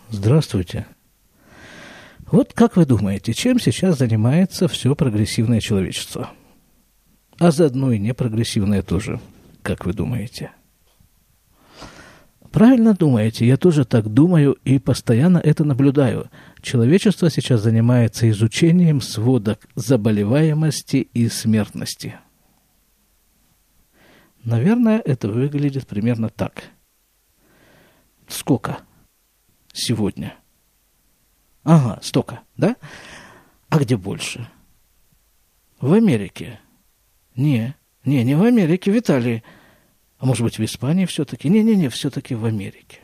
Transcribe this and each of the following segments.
Здравствуйте. Вот как вы думаете, чем сейчас занимается все прогрессивное человечество? А заодно и непрогрессивное тоже, как вы думаете? Правильно думаете, я тоже так думаю и постоянно это наблюдаю. Человечество сейчас занимается изучением сводок заболеваемости и смертности. Наверное, это выглядит примерно так. Сколько сегодня? Ага, столько, да? А где больше? В Америке? Не в Америке, в Италии. А может быть, в Испании все-таки? Не, все-таки в Америке.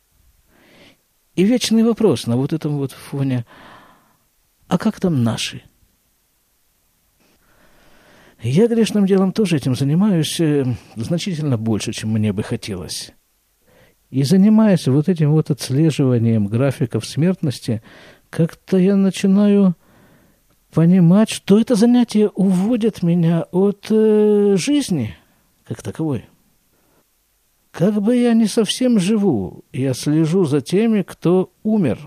И вечный вопрос на вот этом вот фоне. А как там наши? Я грешным делом тоже этим занимаюсь значительно больше, чем мне бы хотелось. И занимаясь вот этим вот отслеживанием графиков смертности, как-то я начинаю понимать, что это занятие уводит меня от жизни как таковой. Как бы я не совсем живу, я слежу за теми, кто умер.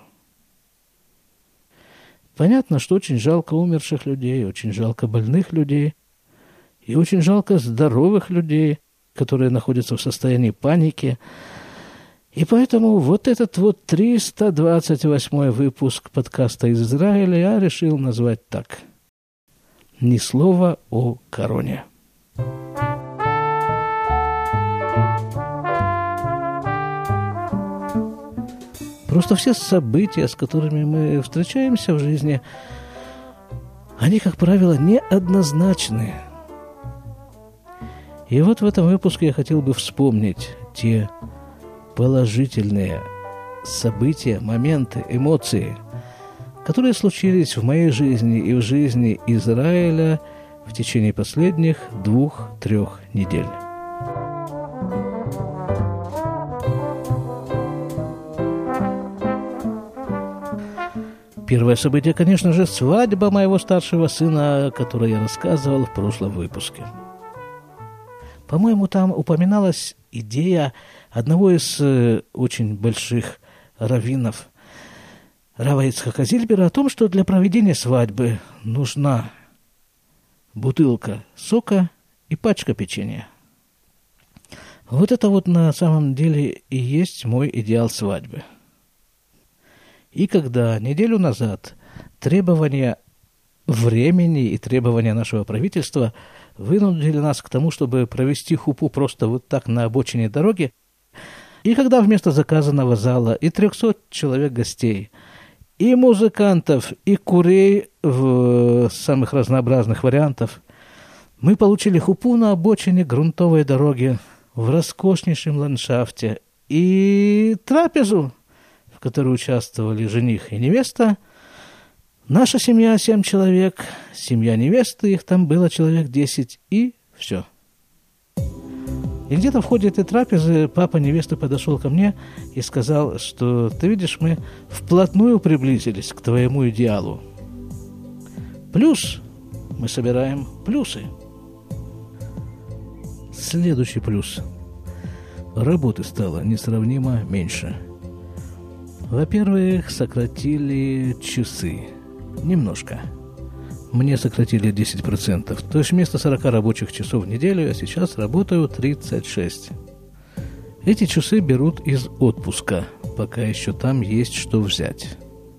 Понятно, что очень жалко умерших людей, очень жалко больных людей, и очень жалко здоровых людей, которые находятся в состоянии паники. И поэтому вот этот вот 328 выпуск подкаста из Израиля я решил назвать так. Ни слова о короне. Просто все события, с которыми мы встречаемся в жизни, они, как правило, неоднозначны. И вот в этом выпуске я хотел бы вспомнить те положительные события, моменты, эмоции, которые случились в моей жизни и в жизни Израиля в течение последних 2-3 недель. Первое событие, конечно же, свадьба моего старшего сына, о которой я рассказывал в прошлом выпуске. По-моему, там упоминалась идея одного из очень больших раввинов, Рава Ицхака Зильбера, о том, что для проведения свадьбы нужна бутылка сока и пачка печенья. Вот это вот на самом деле и есть мой идеал свадьбы. И когда неделю назад требования времени и требования нашего правительства вынудили нас к тому, чтобы провести хупу просто вот так на обочине дороги, и когда вместо заказанного зала и 300 человек гостей, и музыкантов, и курей в самых разнообразных вариантов, мы получили хупу на обочине грунтовой дороги в роскошнейшем ландшафте и трапезу, в которой участвовали жених и невеста. Наша семья 7 человек, семья невесты, их там было человек 10, и все. И где-то в ходе этой трапезы папа невесты подошел ко мне и сказал, что, ты видишь, мы вплотную приблизились к твоему идеалу. Плюс мы собираем плюсы. Следующий плюс. Работы стало несравнимо меньше. Во-первых, сократили часы. Немножко. Мне сократили 10%. То есть вместо 40 рабочих часов в неделю я сейчас работаю 36. Эти часы берут из отпуска, пока еще там есть что взять.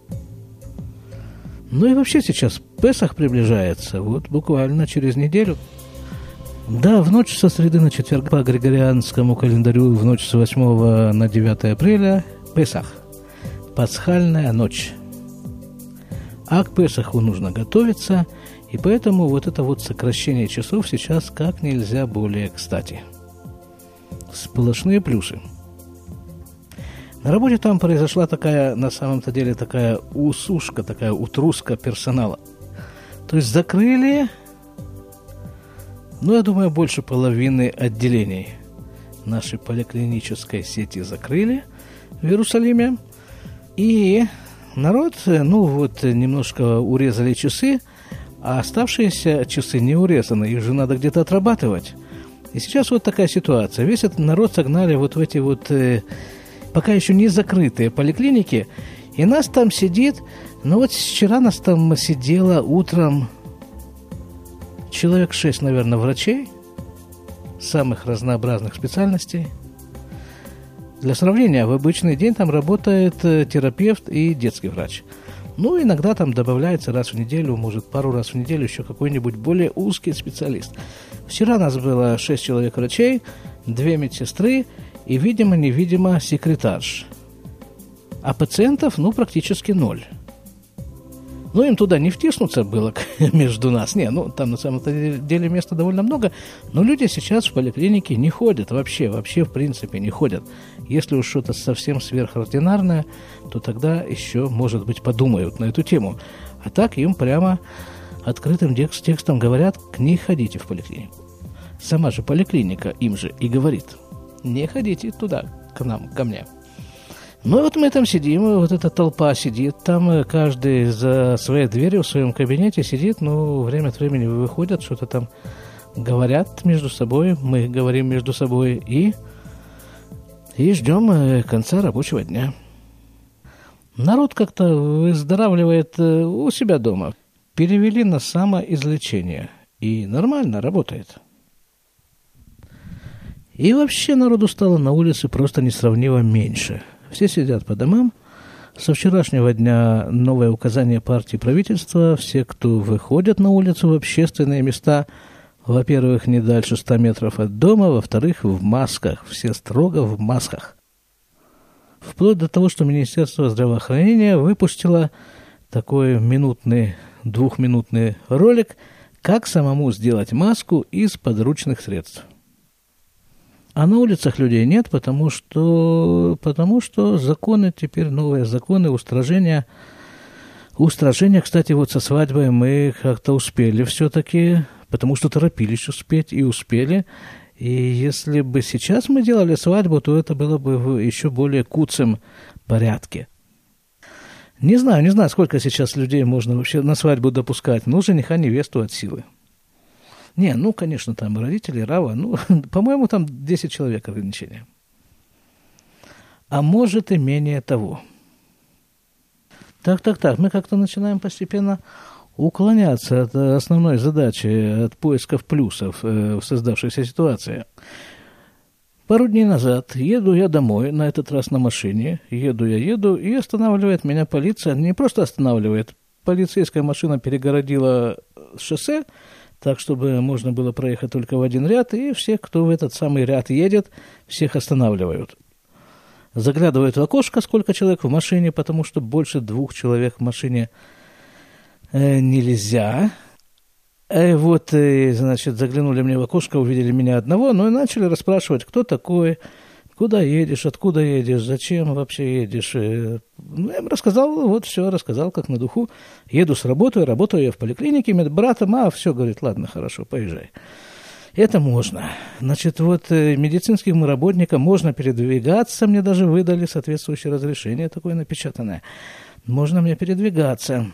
Ну и вообще сейчас Песах приближается, вот буквально через неделю. Да, в ночь со среды на четверг по григорианскому календарю, в ночь с 8 на 9 апреля, Песах. Пасхальная ночь. А к Песаху нужно готовиться, и поэтому вот это вот сокращение часов сейчас как нельзя более кстати. Сплошные плюсы. На работе там произошла такая, на самом-то деле, такая усушка, такая утруска персонала. То есть закрыли, я думаю, больше половины отделений нашей поликлинической сети закрыли в Иерусалиме. И народ, немножко урезали часы, а оставшиеся часы не урезаны, их же надо где-то отрабатывать. И сейчас вот такая ситуация. Весь этот народ согнали вот в эти вот пока еще не закрытые поликлиники, и нас там сидит, ну вот вчера нас там сидело утром человек 6, наверное, врачей самых разнообразных специальностей. Для сравнения, в обычный день там работает терапевт и детский врач. Ну, иногда там добавляется раз в неделю, может, пару раз в неделю еще какой-нибудь более узкий специалист. Вчера нас было 6 человек врачей, 2 медсестры и, видимо-невидимо, секретарш. А пациентов, ну, практически 0. Ну, им туда не втиснуться было между нас. Не, ну, там на самом деле места довольно много, но люди сейчас в поликлинике не ходят вообще в принципе не ходят. Если уж что-то совсем сверхординарное, то тогда еще, может быть, подумают на эту тему. А так им прямо открытым текстом говорят: не ходите в поликлинику. Сама же поликлиника им же и говорит: не ходите туда, к нам, ко мне. Ну, вот мы там сидим, вот эта толпа сидит, там каждый за своей дверью в своем кабинете сидит, ну, время от времени выходят, что-то там говорят между собой, мы говорим между собой и ждем конца рабочего дня. Народ как-то выздоравливает у себя дома. Перевели на самоизлечение, и нормально работает. И вообще народу стало на улице просто несравнимо меньше. Все сидят по домам. Со вчерашнего дня новое указание партии и правительства: все, кто выходят на улицу в общественные места, во-первых, не дальше 100 метров от дома, во-вторых, в масках. Все строго в масках. Вплоть до того, что Министерство здравоохранения выпустило такой двухминутный ролик, как самому сделать маску из подручных средств. А на улицах людей нет, потому что законы теперь, новые законы, устражения. Устражения, кстати, вот со свадьбой мы как-то успели все-таки, потому что торопились успеть и успели. И если бы сейчас мы делали свадьбу, то это было бы в еще более куцем порядке. Не знаю, сколько сейчас людей можно вообще на свадьбу допускать, но жениха невесту от силы. Не, ну, конечно, там родители, Рава, ну, по-моему, там 10 человек ограничения. А может и менее того. Так, мы как-то начинаем постепенно уклоняться от основной задачи, от поисков плюсов в создавшейся ситуации. Пару дней назад еду я домой, на этот раз на машине, еду, и останавливает меня полиция. Не просто останавливает, полицейская машина перегородила шоссе, так, чтобы можно было проехать только в один ряд, и всех, кто в этот самый ряд едет, всех останавливают. Заглядывают в окошко, сколько человек в машине, потому что больше 2 человек в машине нельзя. Значит, заглянули мне в окошко, увидели меня одного, ну и начали расспрашивать, кто такой, куда едешь, откуда едешь, зачем вообще едешь. Ну, я им рассказал как на духу. Еду с работы, работаю я в поликлинике медбратом, все, говорит, ладно, хорошо, поезжай. Это можно. Значит, медицинским работникам можно передвигаться, мне даже выдали соответствующее разрешение, такое напечатанное. Можно мне передвигаться.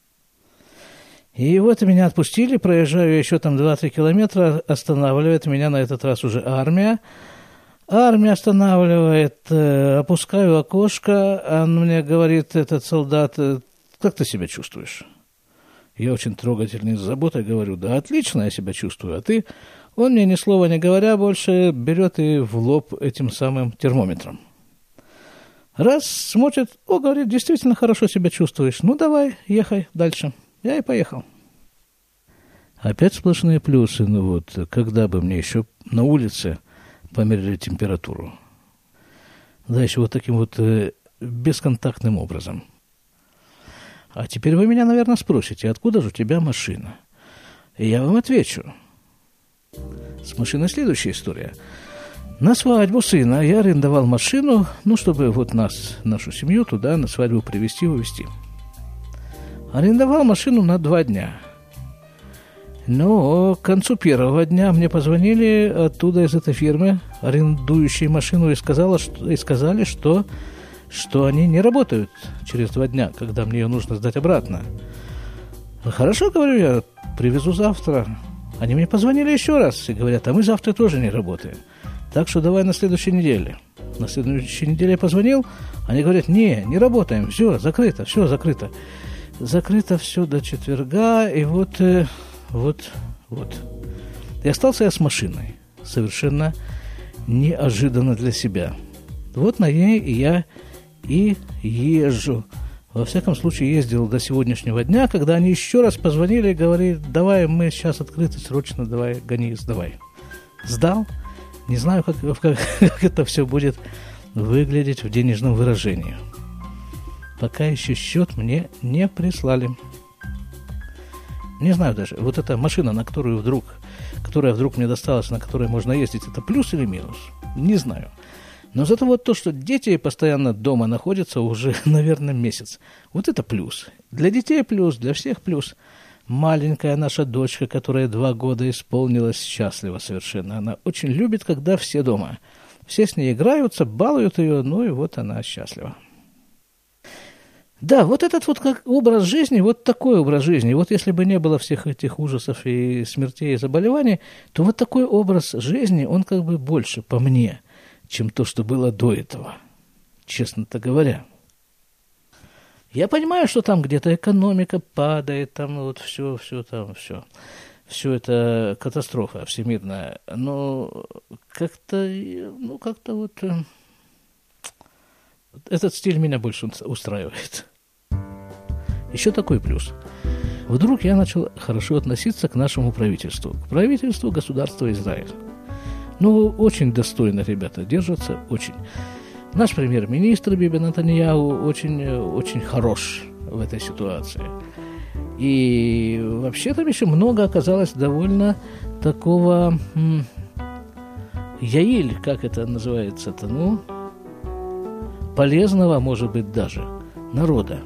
И вот меня отпустили, проезжаю еще там 2-3 километра, останавливает меня на этот раз уже армия. Армия останавливает, опускаю окошко, он мне говорит, этот солдат: как ты себя чувствуешь? Я очень трогательный, с заботой говорю: да отлично я себя чувствую, а ты? Он мне ни слова не говоря больше берет и в лоб этим самым термометром. Раз, смотрит, говорит, действительно хорошо себя чувствуешь, ну давай, ехай дальше. Я и поехал. Опять сплошные плюсы, когда бы мне еще на улице померили температуру. Да, еще таким бесконтактным образом. А теперь вы меня, наверное, спросите, откуда же у тебя машина? И я вам отвечу. С машиной следующая история. На свадьбу сына я арендовал машину, чтобы нашу семью туда на свадьбу привезти, увезти. Арендовал машину на 2 дня. Но к концу первого дня мне позвонили оттуда, из этой фирмы, арендующей машину, и сказали, что они не работают через 2 дня, когда мне ее нужно сдать обратно. Хорошо, говорю я, привезу завтра. Они мне позвонили еще раз и говорят: а мы завтра тоже не работаем. Так что давай на следующей неделе. На следующей неделе я позвонил, они говорят, не работаем, все, закрыто. Закрыто все до четверга, и вот. И остался я с машиной, совершенно неожиданно для себя. Вот на ней я и езжу. Во всяком случае, ездил до сегодняшнего дня, когда они еще раз позвонили и говорили, давай, мы сейчас открыты, срочно, давай, гони, сдавай. Сдал. Не знаю, как это все будет выглядеть в денежном выражении. Пока еще счет мне не прислали. Не знаю даже, вот эта машина, которая вдруг мне досталась, на которой можно ездить, это плюс или минус? Не знаю. Но зато вот то, что дети постоянно дома находятся уже, наверное, месяц. Вот это плюс. Для детей плюс, для всех плюс. Маленькая наша дочка, которая 2 года исполнилась, счастлива совершенно. Она очень любит, когда все дома. Все с ней играются, балуют ее, ну и вот она счастлива. Да, вот этот вот как образ жизни, вот такой образ жизни. Вот если бы не было всех этих ужасов и смертей и заболеваний, то вот такой образ жизни, он как бы больше по мне, чем то, что было до этого, честно-то говоря. Я понимаю, что там где-то экономика падает, там вот все это катастрофа всемирная, но как-то вот этот стиль меня больше устраивает. Еще такой плюс. Вдруг я начал хорошо относиться к нашему правительству, к правительству государства Израиль. Ну, очень достойно ребята держатся, очень. Наш премьер-министр Биби Нетаньяху очень хорош в этой ситуации. И вообще там еще много оказалось довольно такого яиль, как это называется-то, полезного, может быть, даже, народа.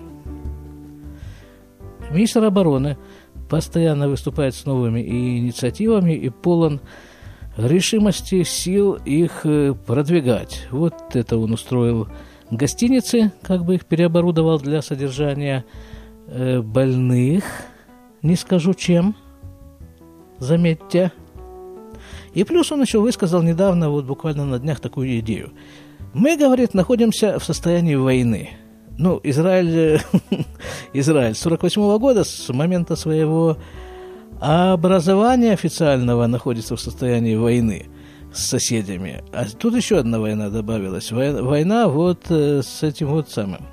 Министр обороны постоянно выступает с новыми инициативами и полон решимости, сил их продвигать. Вот это он устроил гостиницы, как бы их переоборудовал для содержания больных, не скажу чем, заметьте. И плюс он еще высказал недавно, вот буквально на днях, такую идею. Мы, говорит, находимся в состоянии войны. Израиль с 1948 года, с момента своего образования официального, находится в состоянии войны с соседями. А тут еще одна война добавилась. Война вот с этим вот самым.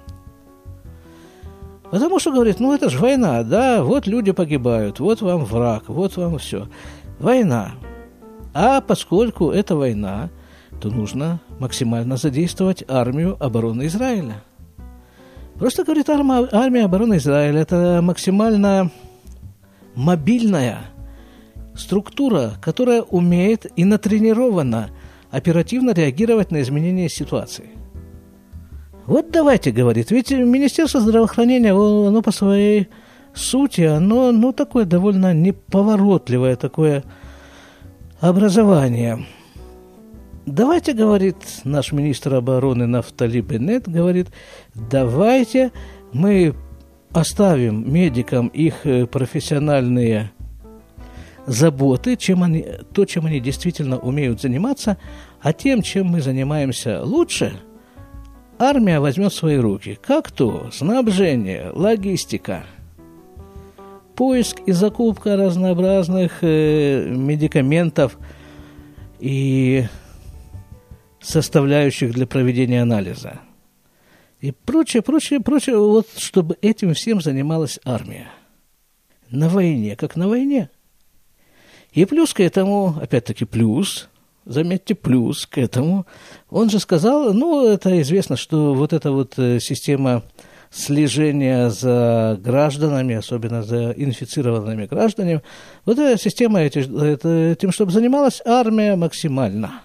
Потому что, говорит, это же война, да, вот люди погибают, вот вам враг, вот вам все. Война. А поскольку это война, то нужно максимально задействовать армию обороны Израиля. Просто, говорит, армия обороны Израиля – это максимально мобильная структура, которая умеет и натренирована оперативно реагировать на изменения ситуации. Вот давайте, говорит, ведь Министерство здравоохранения, оно по своей сути, оно такое довольно неповоротливое такое образование. Давайте, говорит наш министр обороны Нафтали Беннет, говорит, давайте мы оставим медикам их профессиональные заботы, чем они действительно умеют заниматься, а тем, чем мы занимаемся лучше, армия возьмет в свои руки. Как то? Снабжение, логистика, поиск и закупка разнообразных медикаментов и составляющих для проведения анализа. И прочее, вот чтобы этим всем занималась армия. На войне, как на войне. И плюс к этому, опять-таки плюс, заметьте, плюс к этому, он же сказал, это известно, что вот эта вот система слежения за гражданами, особенно за инфицированными гражданами, вот эта система этим, чтобы занималась армия максимально.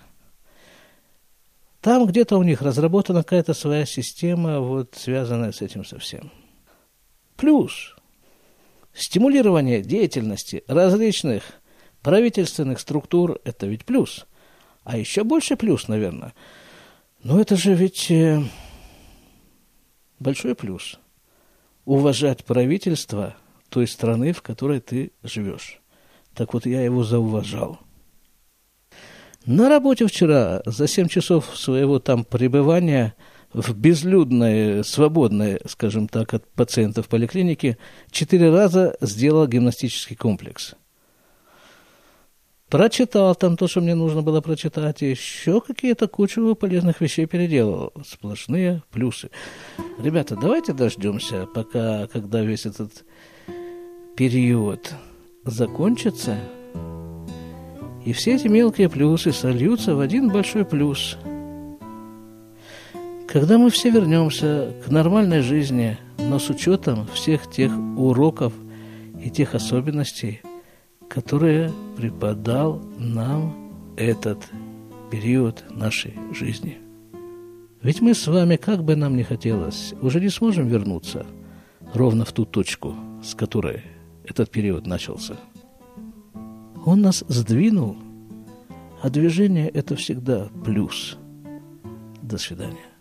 Там где-то у них разработана какая-то своя система, вот, связанная с этим совсем. Плюс стимулирование деятельности различных правительственных структур – это ведь плюс. А еще больше плюс, наверное. Это же ведь большой плюс. Уважать правительство той страны, в которой ты живешь. Так вот, я его зауважал. На работе вчера за 7 часов своего там пребывания в безлюдной, свободной, скажем так, от пациентов поликлинике 4 раза сделал гимнастический комплекс. Прочитал там то, что мне нужно было прочитать, и еще какие-то кучу полезных вещей переделал. Сплошные плюсы. Ребята, давайте дождемся, когда весь этот период закончится, и все эти мелкие плюсы сольются в один большой плюс. Когда мы все вернемся к нормальной жизни, но с учетом всех тех уроков и тех особенностей, которые преподал нам этот период нашей жизни. Ведь мы с вами, как бы нам ни хотелось, уже не сможем вернуться ровно в ту точку, с которой этот период начался. Он нас сдвинул, а движение – это всегда плюс. До свидания.